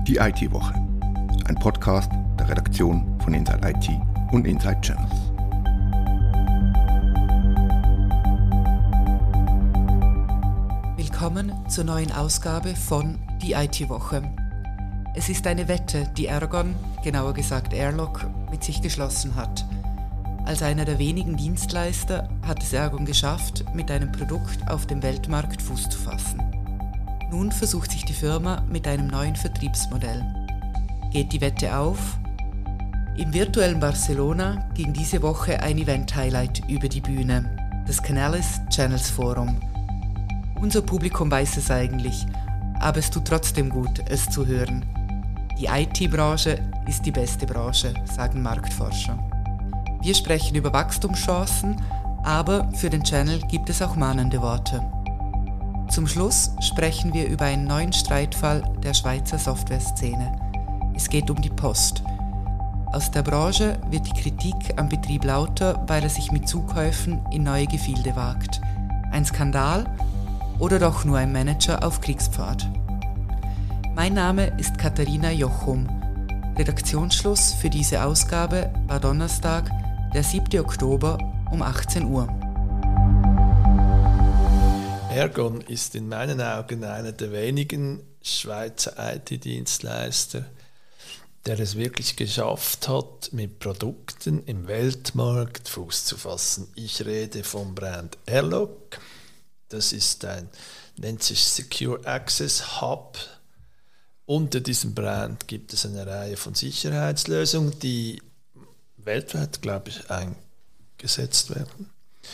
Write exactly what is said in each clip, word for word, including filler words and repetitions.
Die I T-Woche, ein Podcast der Redaktion von Inside I T und Inside Channels. Willkommen zur neuen Ausgabe von Die I T-Woche. Es ist eine Wette, die Ergon, genauer gesagt Airlock, mit sich geschlossen hat. Als einer der wenigen Dienstleister hat es Ergon geschafft, mit einem Produkt auf dem Weltmarkt Fuß zu fassen. Nun versucht sich die Firma mit einem neuen Vertriebsmodell. Geht die Wette auf? Im virtuellen Barcelona ging diese Woche ein Event-Highlight über die Bühne, das Canalys Channels Forum. Unser Publikum weiß es eigentlich, aber es tut trotzdem gut, es zu hören. Die I T-Branche ist die beste Branche, sagen Marktforscher. Wir sprechen über Wachstumschancen, aber für den Channel gibt es auch mahnende Worte. Zum Schluss sprechen wir über einen neuen Streitfall der Schweizer Softwareszene. Es geht um die Post. Aus der Branche wird die Kritik am Betrieb lauter, weil er sich mit Zukäufen in neue Gefilde wagt. Ein Skandal oder doch nur ein Manager auf Kriegspfad? Mein Name ist Katharina Jochum. Redaktionsschluss für diese Ausgabe war Donnerstag, der siebten Oktober um achtzehn Uhr. Ergon ist in meinen Augen einer der wenigen Schweizer I T-Dienstleister, der es wirklich geschafft hat, mit Produkten im Weltmarkt Fuß zu fassen. Ich rede vom Brand Airlock. Das ist ein, nennt sich Secure Access Hub. Unter diesem Brand gibt es eine Reihe von Sicherheitslösungen, die weltweit, glaube ich, eingesetzt werden.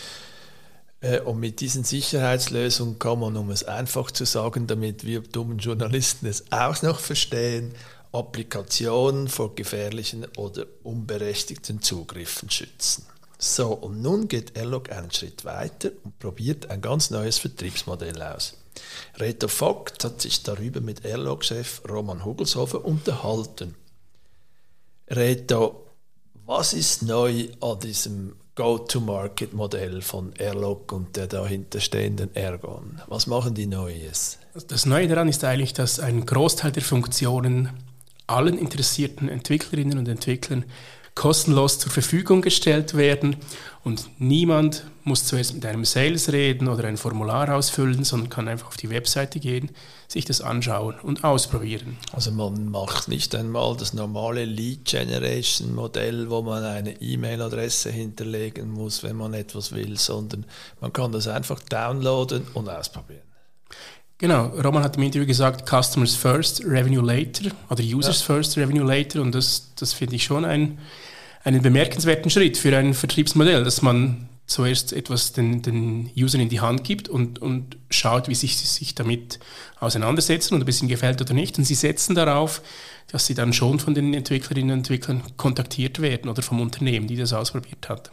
Und mit diesen Sicherheitslösungen kann man, um es einfach zu sagen, damit wir dummen Journalisten es auch noch verstehen, Applikationen vor gefährlichen oder unberechtigten Zugriffen schützen. So, und nun geht Airlock einen Schritt weiter und probiert ein ganz neues Vertriebsmodell aus. Reto Vogt hat sich darüber mit Airlock-Chef Roman Hugelshofer unterhalten. Reto, was ist neu an diesem Go-to-Market-Modell von Airlock und der dahinterstehenden Ergon? Was machen die Neues? Das Neue daran ist eigentlich, dass ein Großteil der Funktionen allen interessierten Entwicklerinnen und Entwicklern kostenlos zur Verfügung gestellt werden und niemand muss zuerst mit einem Sales reden oder ein Formular ausfüllen, sondern kann einfach auf die Webseite gehen, sich das anschauen und ausprobieren. Also man macht nicht einmal das normale Lead-Generation-Modell, wo man eine E-Mail-Adresse hinterlegen muss, wenn man etwas will, sondern man kann das einfach downloaden und ausprobieren. Genau, Roman hat im Interview gesagt, Customers first, Revenue later oder Users ja. first, Revenue later, und das, das finde ich schon ein, einen bemerkenswerten Schritt für ein Vertriebsmodell, dass man zuerst etwas den, den Usern in die Hand gibt und, und schaut, wie sich sie sich damit auseinandersetzen und ob es ihnen gefällt oder nicht. Und sie setzen darauf, dass sie dann schon von den Entwicklerinnen und Entwicklern kontaktiert werden oder vom Unternehmen, die das ausprobiert hat.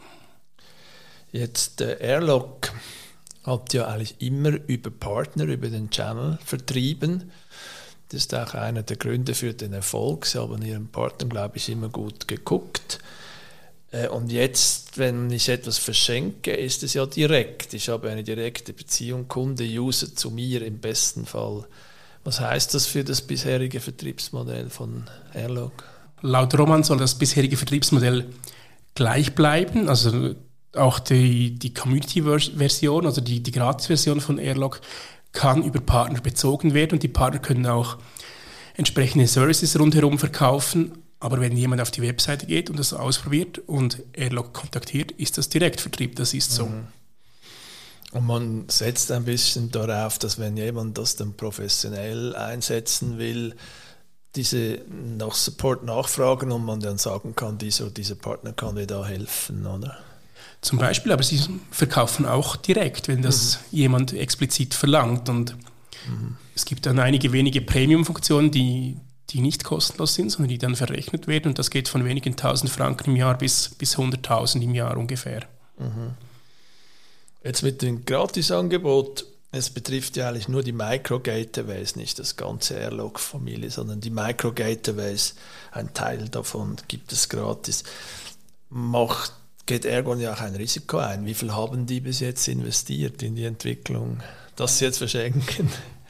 Jetzt der Airlock hat ja eigentlich immer über Partner, über den Channel vertrieben. Das ist auch einer der Gründe für den Erfolg. Sie haben ihren Partnern, glaube ich, immer gut geguckt. Und jetzt, wenn ich etwas verschenke, ist es ja direkt. Ich habe eine direkte Beziehung, Kunde, User zu mir im besten Fall. Was heißt das für das bisherige Vertriebsmodell von Airlock? Laut Roman soll das bisherige Vertriebsmodell gleich bleiben. Also auch die, die Community-Version, also die, die Gratis-Version von Airlock, kann über Partner bezogen werden und die Partner können auch entsprechende Services rundherum verkaufen. Aber wenn jemand auf die Webseite geht und das ausprobiert und Airlock kontaktiert, ist das Direktvertrieb, das ist so. Mhm. Und man setzt ein bisschen darauf, dass wenn jemand das dann professionell einsetzen will, diese nach Support nachfragen und man dann sagen kann, dieser oder dieser Partner kann dir da helfen, oder? Zum Beispiel, aber sie verkaufen auch direkt, wenn das mhm. jemand explizit verlangt. Und mhm. es gibt dann einige wenige Premium-Funktionen, die, die nicht kostenlos sind, sondern die dann verrechnet werden. Und das geht von wenigen tausend Franken im Jahr bis, bis hunderttausend im Jahr ungefähr. Mhm. Jetzt mit dem Gratisangebot, es betrifft ja eigentlich nur die Micro-Gateways, nicht das ganze Airlock-Familie, sondern die Micro-Gateways, ein Teil davon gibt es gratis. Macht geht Ergon ja auch ein Risiko ein. Wie viel haben die bis jetzt investiert in die Entwicklung, das sie jetzt verschenken?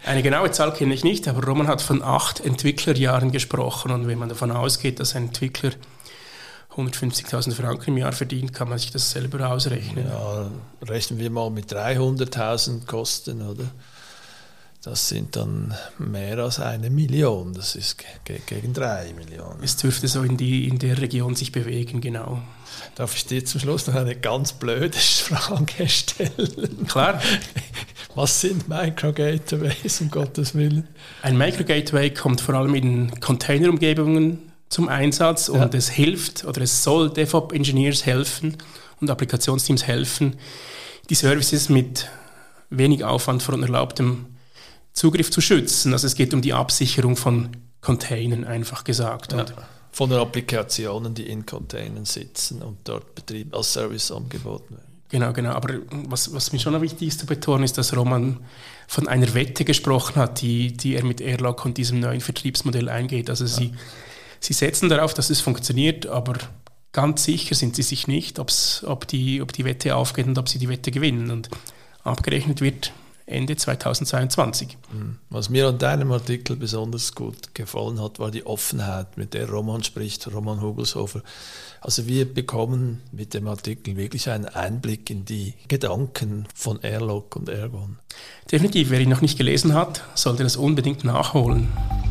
Eine genaue Zahl kenne ich nicht, aber Roman hat von acht Entwicklerjahren gesprochen. Und wenn man davon ausgeht, dass ein Entwickler hundertfünfzigtausend Franken im Jahr verdient, kann man sich das selber ausrechnen. Ja, rechnen wir mal mit dreihunderttausend Kosten, oder? Das sind dann mehr als eine Million. Das ist ge- gegen drei Millionen. Es dürfte so in, die, in der Region sich bewegen, genau. Darf ich dir zum Schluss noch eine ganz blöde Frage stellen? Klar. Was sind Microgateways, um Gottes Willen? Ein Microgateway kommt vor allem in Containerumgebungen zum Einsatz und ja. es hilft oder es soll DevOps-Engineers helfen und Applikationsteams helfen, die Services mit wenig Aufwand von erlaubtem Zugriff zu schützen. Also es geht um die Absicherung von Containern, einfach gesagt. Ja, und von den Applikationen, die in Containern sitzen und dort Betrieb als Service angeboten werden. Genau, genau. Aber was, was mir schon noch wichtig ist zu betonen, ist, dass Roman von einer Wette gesprochen hat, die, die er mit Airlock und diesem neuen Vertriebsmodell eingeht. Also ja. sie, sie setzen darauf, dass es funktioniert, aber ganz sicher sind sie sich nicht, ob's, ob, die, ob die Wette aufgeht und ob sie die Wette gewinnen. Und abgerechnet wird Ende zweitausendzweiundzwanzig. Was mir an deinem Artikel besonders gut gefallen hat, war die Offenheit, mit der Roman spricht, Roman Hugelshofer. Also wir bekommen mit dem Artikel wirklich einen Einblick in die Gedanken von Airlock und Airgon. Definitiv, wer ihn noch nicht gelesen hat, sollte das unbedingt nachholen.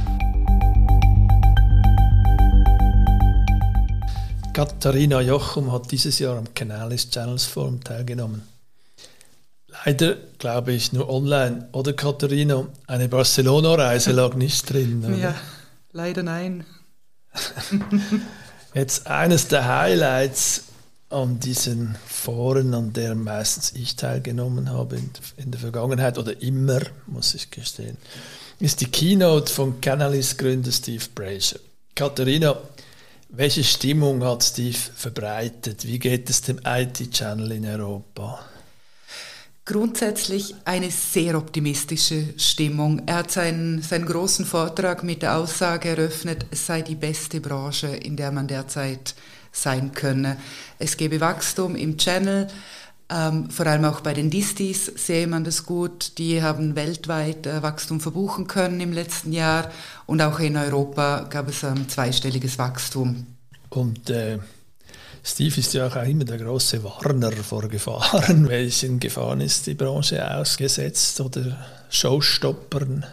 Katharina Jochum hat dieses Jahr am Canalys Channels Forum teilgenommen. Leider, glaube ich, nur online. Oder Katharina, eine Barcelona-Reise lag nicht drin. Oder? Ja, leider nein. Jetzt eines der Highlights an diesen Foren, an der meistens ich teilgenommen habe in, in der Vergangenheit, oder immer, muss ich gestehen, ist die Keynote von Canalys Gründer Steve Brazier. Katharina, welche Stimmung hat Steve verbreitet? Wie geht es dem I T-Channel in Europa? Grundsätzlich eine sehr optimistische Stimmung. Er hat seinen, seinen großen Vortrag mit der Aussage eröffnet, es sei die beste Branche, in der man derzeit sein könne. Es gebe Wachstum im Channel, ähm, vor allem auch bei den Distis sehe man das gut. Die haben weltweit äh, Wachstum verbuchen können im letzten Jahr und auch in Europa gab es ein ähm, zweistelliges Wachstum. Und äh Steve ist ja auch immer der große Warner vor Gefahren. Welchen Gefahren ist die Branche ausgesetzt oder Showstoppern?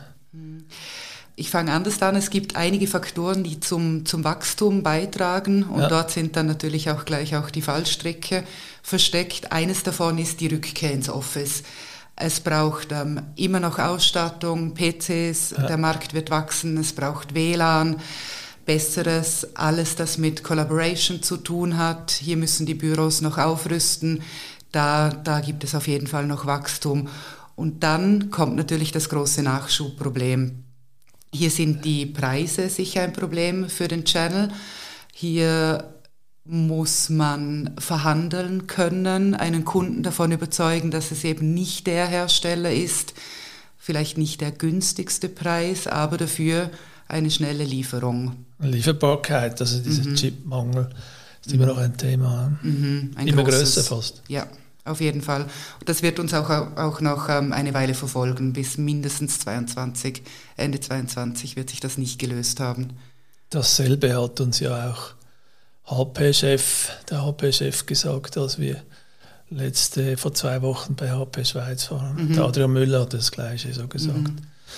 Ich fange anders an. Es gibt einige Faktoren, die zum, zum Wachstum beitragen und ja. dort sind dann natürlich auch gleich auch die Fallstricke versteckt. Eines davon ist die Rückkehr ins Office. Es braucht ähm, immer noch Ausstattung, P Cs, ja. der Markt wird wachsen, es braucht W L A N. Besseres, alles, das mit Collaboration zu tun hat. Hier müssen die Büros noch aufrüsten. Da, da gibt es auf jeden Fall noch Wachstum. Und dann kommt natürlich das große Nachschubproblem. Hier sind die Preise sicher ein Problem für den Channel. Hier muss man verhandeln können, einen Kunden davon überzeugen, dass es eben nicht der Hersteller ist, vielleicht nicht der günstigste Preis, aber dafür eine schnelle Lieferung. Lieferbarkeit, also dieser mhm. Chipmangel, ist immer noch ein Thema. Mhm, ein immer großes, größer fast. Ja, auf jeden Fall. Und das wird uns auch, auch noch ähm, eine Weile verfolgen, bis mindestens zweiundzwanzig, Ende zweiundzwanzig wird sich das nicht gelöst haben. Dasselbe hat uns ja auch H P-Chef, der H P-Chef gesagt, als wir letzte, vor zwei Wochen bei H P Schweiz waren. Mhm. Der Adrian Müller hat das Gleiche so gesagt. Mhm.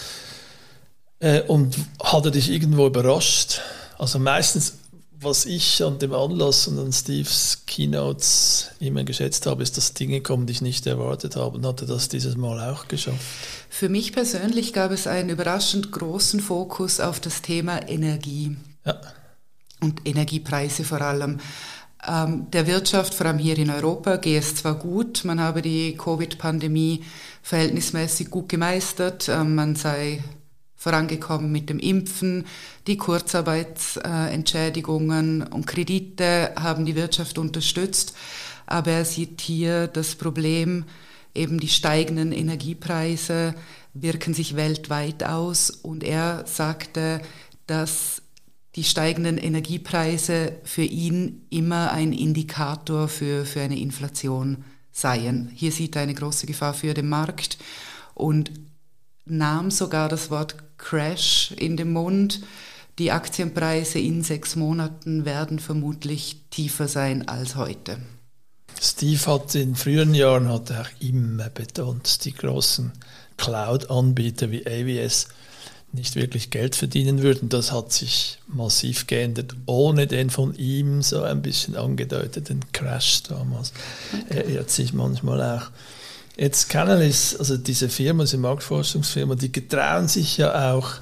Und hat er dich irgendwo überrascht? Also meistens, was ich an dem Anlass und an Steves Keynotes immer geschätzt habe, ist, dass Dinge kommen, die ich nicht erwartet habe. Und hat er das dieses Mal auch geschafft? Für mich persönlich gab es einen überraschend großen Fokus auf das Thema Energie. Ja. Und Energiepreise vor allem. Ähm, der Wirtschaft, vor allem hier in Europa, geht es zwar gut, man habe die Covid-Pandemie verhältnismäßig gut gemeistert, ähm, man sei vorangekommen mit dem Impfen, die Kurzarbeitsentschädigungen und Kredite haben die Wirtschaft unterstützt, aber er sieht hier das Problem, eben die steigenden Energiepreise wirken sich weltweit aus und er sagte, dass die steigenden Energiepreise für ihn immer ein Indikator für, für eine Inflation seien. Hier sieht er eine große Gefahr für den Markt und nahm sogar das Wort Crash in den Mund. Die Aktienpreise in sechs Monaten werden vermutlich tiefer sein als heute. Steve hat in früheren Jahren hat er auch immer betont, dass die großen Cloud-Anbieter wie A W S nicht wirklich Geld verdienen würden. Das hat sich massiv geändert, ohne den von ihm so ein bisschen angedeuteten Crash damals. Er irrt sich manchmal auch. Jetzt Canalys, also diese Firma, diese Marktforschungsfirma, die getrauen sich ja auch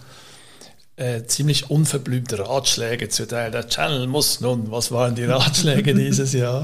äh, ziemlich unverblümte Ratschläge zu teilen. Der Channel muss nun, was waren die Ratschläge dieses Jahr?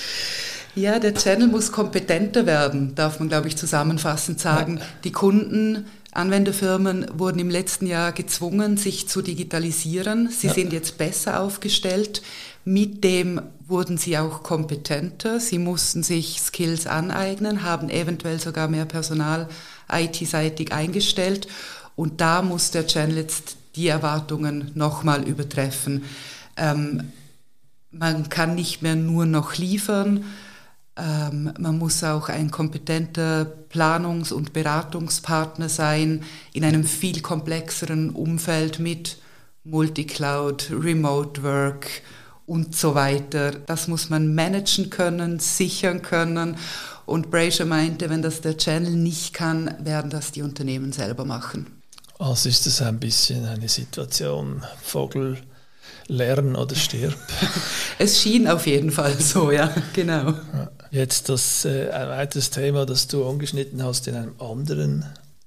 Ja, der Channel muss kompetenter werden, darf man, glaube ich, zusammenfassend sagen. Ja. Die Kunden, Anwenderfirmen wurden im letzten Jahr gezwungen, sich zu digitalisieren. Sie ja. sind jetzt besser aufgestellt. Mit dem wurden sie auch kompetenter. Sie mussten sich Skills aneignen, haben eventuell sogar mehr Personal I T-seitig eingestellt. Und da muss der Channel jetzt die Erwartungen nochmal übertreffen. Ähm, man kann nicht mehr nur noch liefern. Ähm, man muss auch ein kompetenter Planungs- und Beratungspartner sein in einem viel komplexeren Umfeld mit Multicloud, Remote Work und so weiter. Das muss man managen können, sichern können. Und Brazier meinte, wenn das der Channel nicht kann, werden das die Unternehmen selber machen. Also ist das ein bisschen eine Situation, Vogel lern oder stirb? Es schien auf jeden Fall so, ja, genau. Jetzt das äh, ein weiteres Thema, das du angeschnitten hast in einem anderen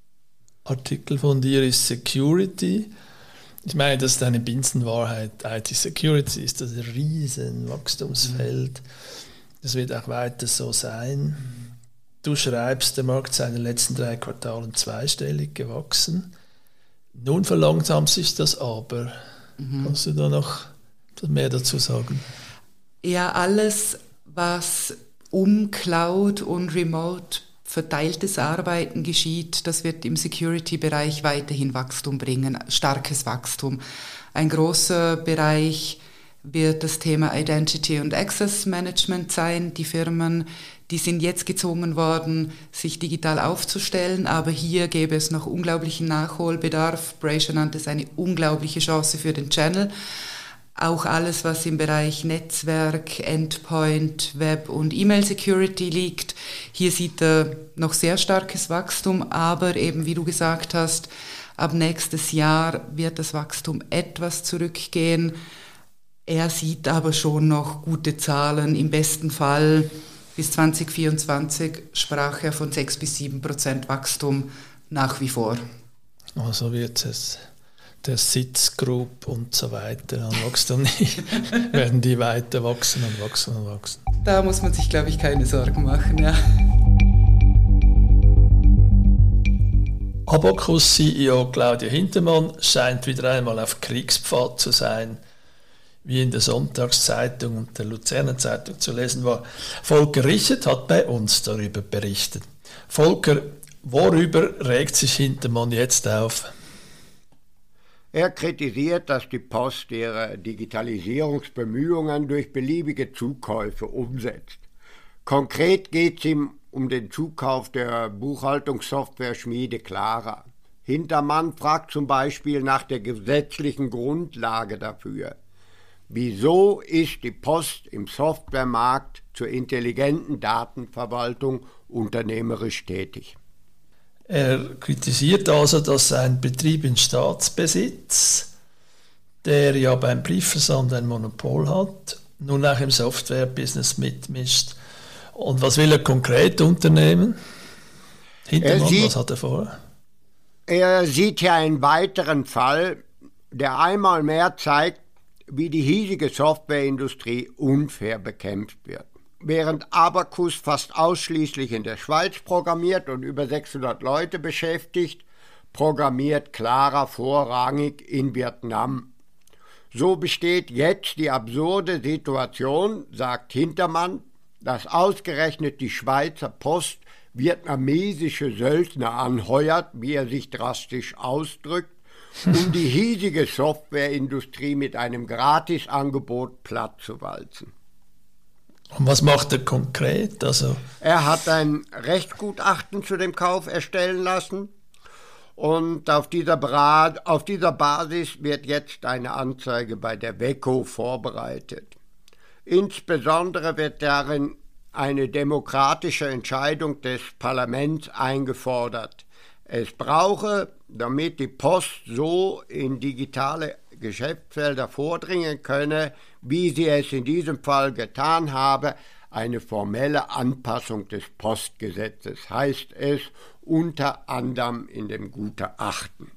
Artikel von dir, ist Security. Ich meine, das ist eine Binsenwahrheit. I T-Security ist das ein riesen Wachstumsfeld. Das wird auch weiter so sein. Du schreibst, der Markt sei in den letzten drei Quartalen zweistellig gewachsen. Nun verlangsamt sich das aber. Mhm. Kannst du da noch mehr dazu sagen? Ja, alles, was um Cloud und Remote verteiltes Arbeiten geschieht, das wird im Security-Bereich weiterhin Wachstum bringen, starkes Wachstum. Ein großer Bereich wird das Thema Identity und Access Management sein. Die Firmen, die sind jetzt gezwungen worden, sich digital aufzustellen, aber hier gäbe es noch unglaublichen Nachholbedarf. Brazier nannte es eine unglaubliche Chance für den Channel. Auch alles, was im Bereich Netzwerk, Endpoint, Web und E-Mail-Security liegt. Hier sieht er noch sehr starkes Wachstum, aber eben wie du gesagt hast, ab nächstes Jahr wird das Wachstum etwas zurückgehen. Er sieht aber schon noch gute Zahlen. Im besten Fall bis zwanzig vierundzwanzig sprach er von sechs bis sieben Prozent Wachstum nach wie vor. Also wird es der Sitz Group und so weiter an Wachstum nicht, werden die weiter wachsen und wachsen und wachsen. Da muss man sich, glaube ich, keine Sorgen machen, ja. Abacus-C E O Claudia Hintermann scheint wieder einmal auf Kriegspfad zu sein, wie in der Sonntagszeitung und der Luzerner Zeitung zu lesen war. Volker Richert hat bei uns darüber berichtet. Volker, worüber regt sich Hintermann jetzt auf? Er kritisiert, dass die Post ihre Digitalisierungsbemühungen durch beliebige Zukäufe umsetzt. Konkret geht es ihm um den Zukauf der Buchhaltungssoftware-Schmiede Clara. Hintermann fragt zum Beispiel nach der gesetzlichen Grundlage dafür. Wieso ist die Post im Softwaremarkt zur intelligenten Datenverwaltung unternehmerisch tätig? Er kritisiert also, dass ein Betrieb in Staatsbesitz, der ja beim Briefversand ein Monopol hat, nun auch im Software-Business mitmischt. Und was will er konkret unternehmen? Hintermann, sieht, was hat er vor? Er sieht hier einen weiteren Fall, der einmal mehr zeigt, wie die hiesige Softwareindustrie unfair bekämpft wird. Während Abacus fast ausschließlich in der Schweiz programmiert und über sechshundert Leute beschäftigt, programmiert Clara vorrangig in Vietnam. So besteht jetzt die absurde Situation, sagt Hintermann, dass ausgerechnet die Schweizer Post vietnamesische Söldner anheuert, wie er sich drastisch ausdrückt, um die hiesige Softwareindustrie mit einem Gratisangebot platt zu walzen. Und was macht er konkret? Also er hat ein Rechtsgutachten zu dem Kauf erstellen lassen Und auf dieser, Bra- auf dieser Basis wird jetzt eine Anzeige bei der W E C O vorbereitet. Insbesondere wird darin eine demokratische Entscheidung des Parlaments eingefordert. Es brauche, damit die Post so in digitale Geschäftsfelder vordringen könne, wie sie es in diesem Fall getan habe, eine formelle Anpassung des Postgesetzes, heißt es unter anderem in dem Gutachten.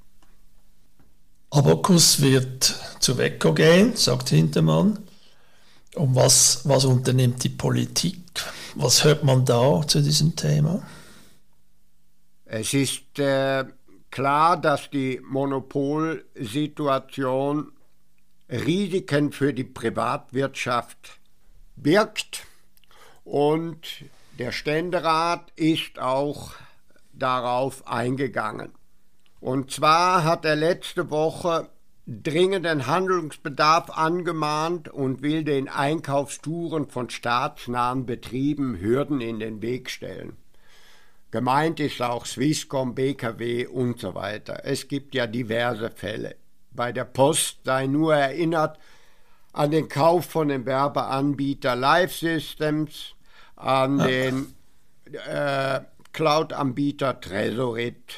Abacus wird zu W E C O gehen, sagt Hintermann. Und was, was unternimmt die Politik? Was hört man da zu diesem Thema? Es ist äh, klar, dass die Monopolsituation Risiken für die Privatwirtschaft birgt und der Ständerat ist auch darauf eingegangen. Und zwar hat er letzte Woche dringenden Handlungsbedarf angemahnt und will den Einkaufstouren von staatsnahen Betrieben Hürden in den Weg stellen. Gemeint ist auch Swisscom, B K W und so weiter. Es gibt ja diverse Fälle. Bei der Post sei nur erinnert an den Kauf von dem Werbeanbieter Live Systems, an ja. den äh, Cloud-Anbieter Tresorit.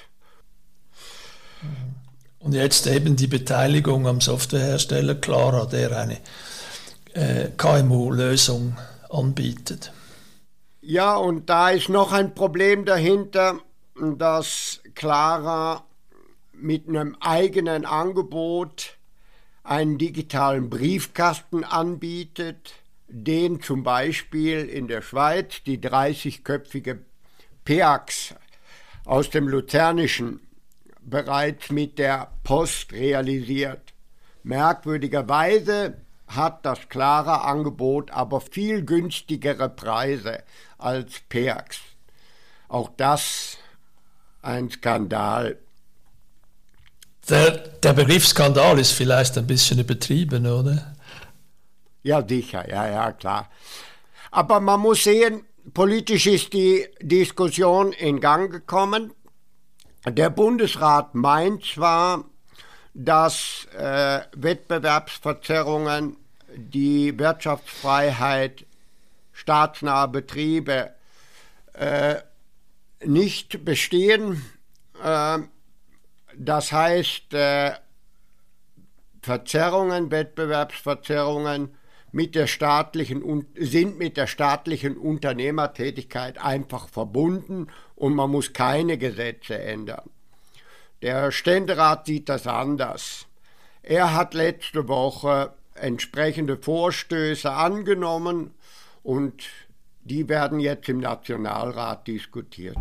Und jetzt eben die Beteiligung am Softwarehersteller Clara, der eine äh, K M U-Lösung anbietet. Ja, und da ist noch ein Problem dahinter, dass Clara mit einem eigenen Angebot einen digitalen Briefkasten anbietet, den zum Beispiel in der Schweiz die dreißigköpfige P A X aus dem Luzernischen bereits mit der Post realisiert. Merkwürdigerweise hat das klare Angebot aber viel günstigere Preise als P A X. Auch das ein Skandal. Der, der Begriff Skandal ist vielleicht ein bisschen übertrieben, oder? Ja, sicher, ja, ja, klar. Aber man muss sehen, politisch ist die Diskussion in Gang gekommen. Der Bundesrat meint zwar, dass äh, Wettbewerbsverzerrungen die Wirtschaftsfreiheit staatsnaher Betriebe äh, nicht bestehen. Äh, das heißt, äh, Verzerrungen, Wettbewerbsverzerrungen mit der staatlichen, sind mit der staatlichen Unternehmertätigkeit einfach verbunden und man muss keine Gesetze ändern. Der Ständerat sieht das anders. Er hat letzte Woche entsprechende Vorstöße angenommen und die werden jetzt im Nationalrat diskutiert.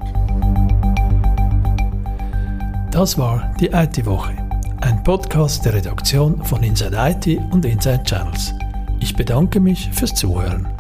Das war die I T-Woche, ein Podcast der Redaktion von Inside I T und Inside Channels. Ich bedanke mich fürs Zuhören.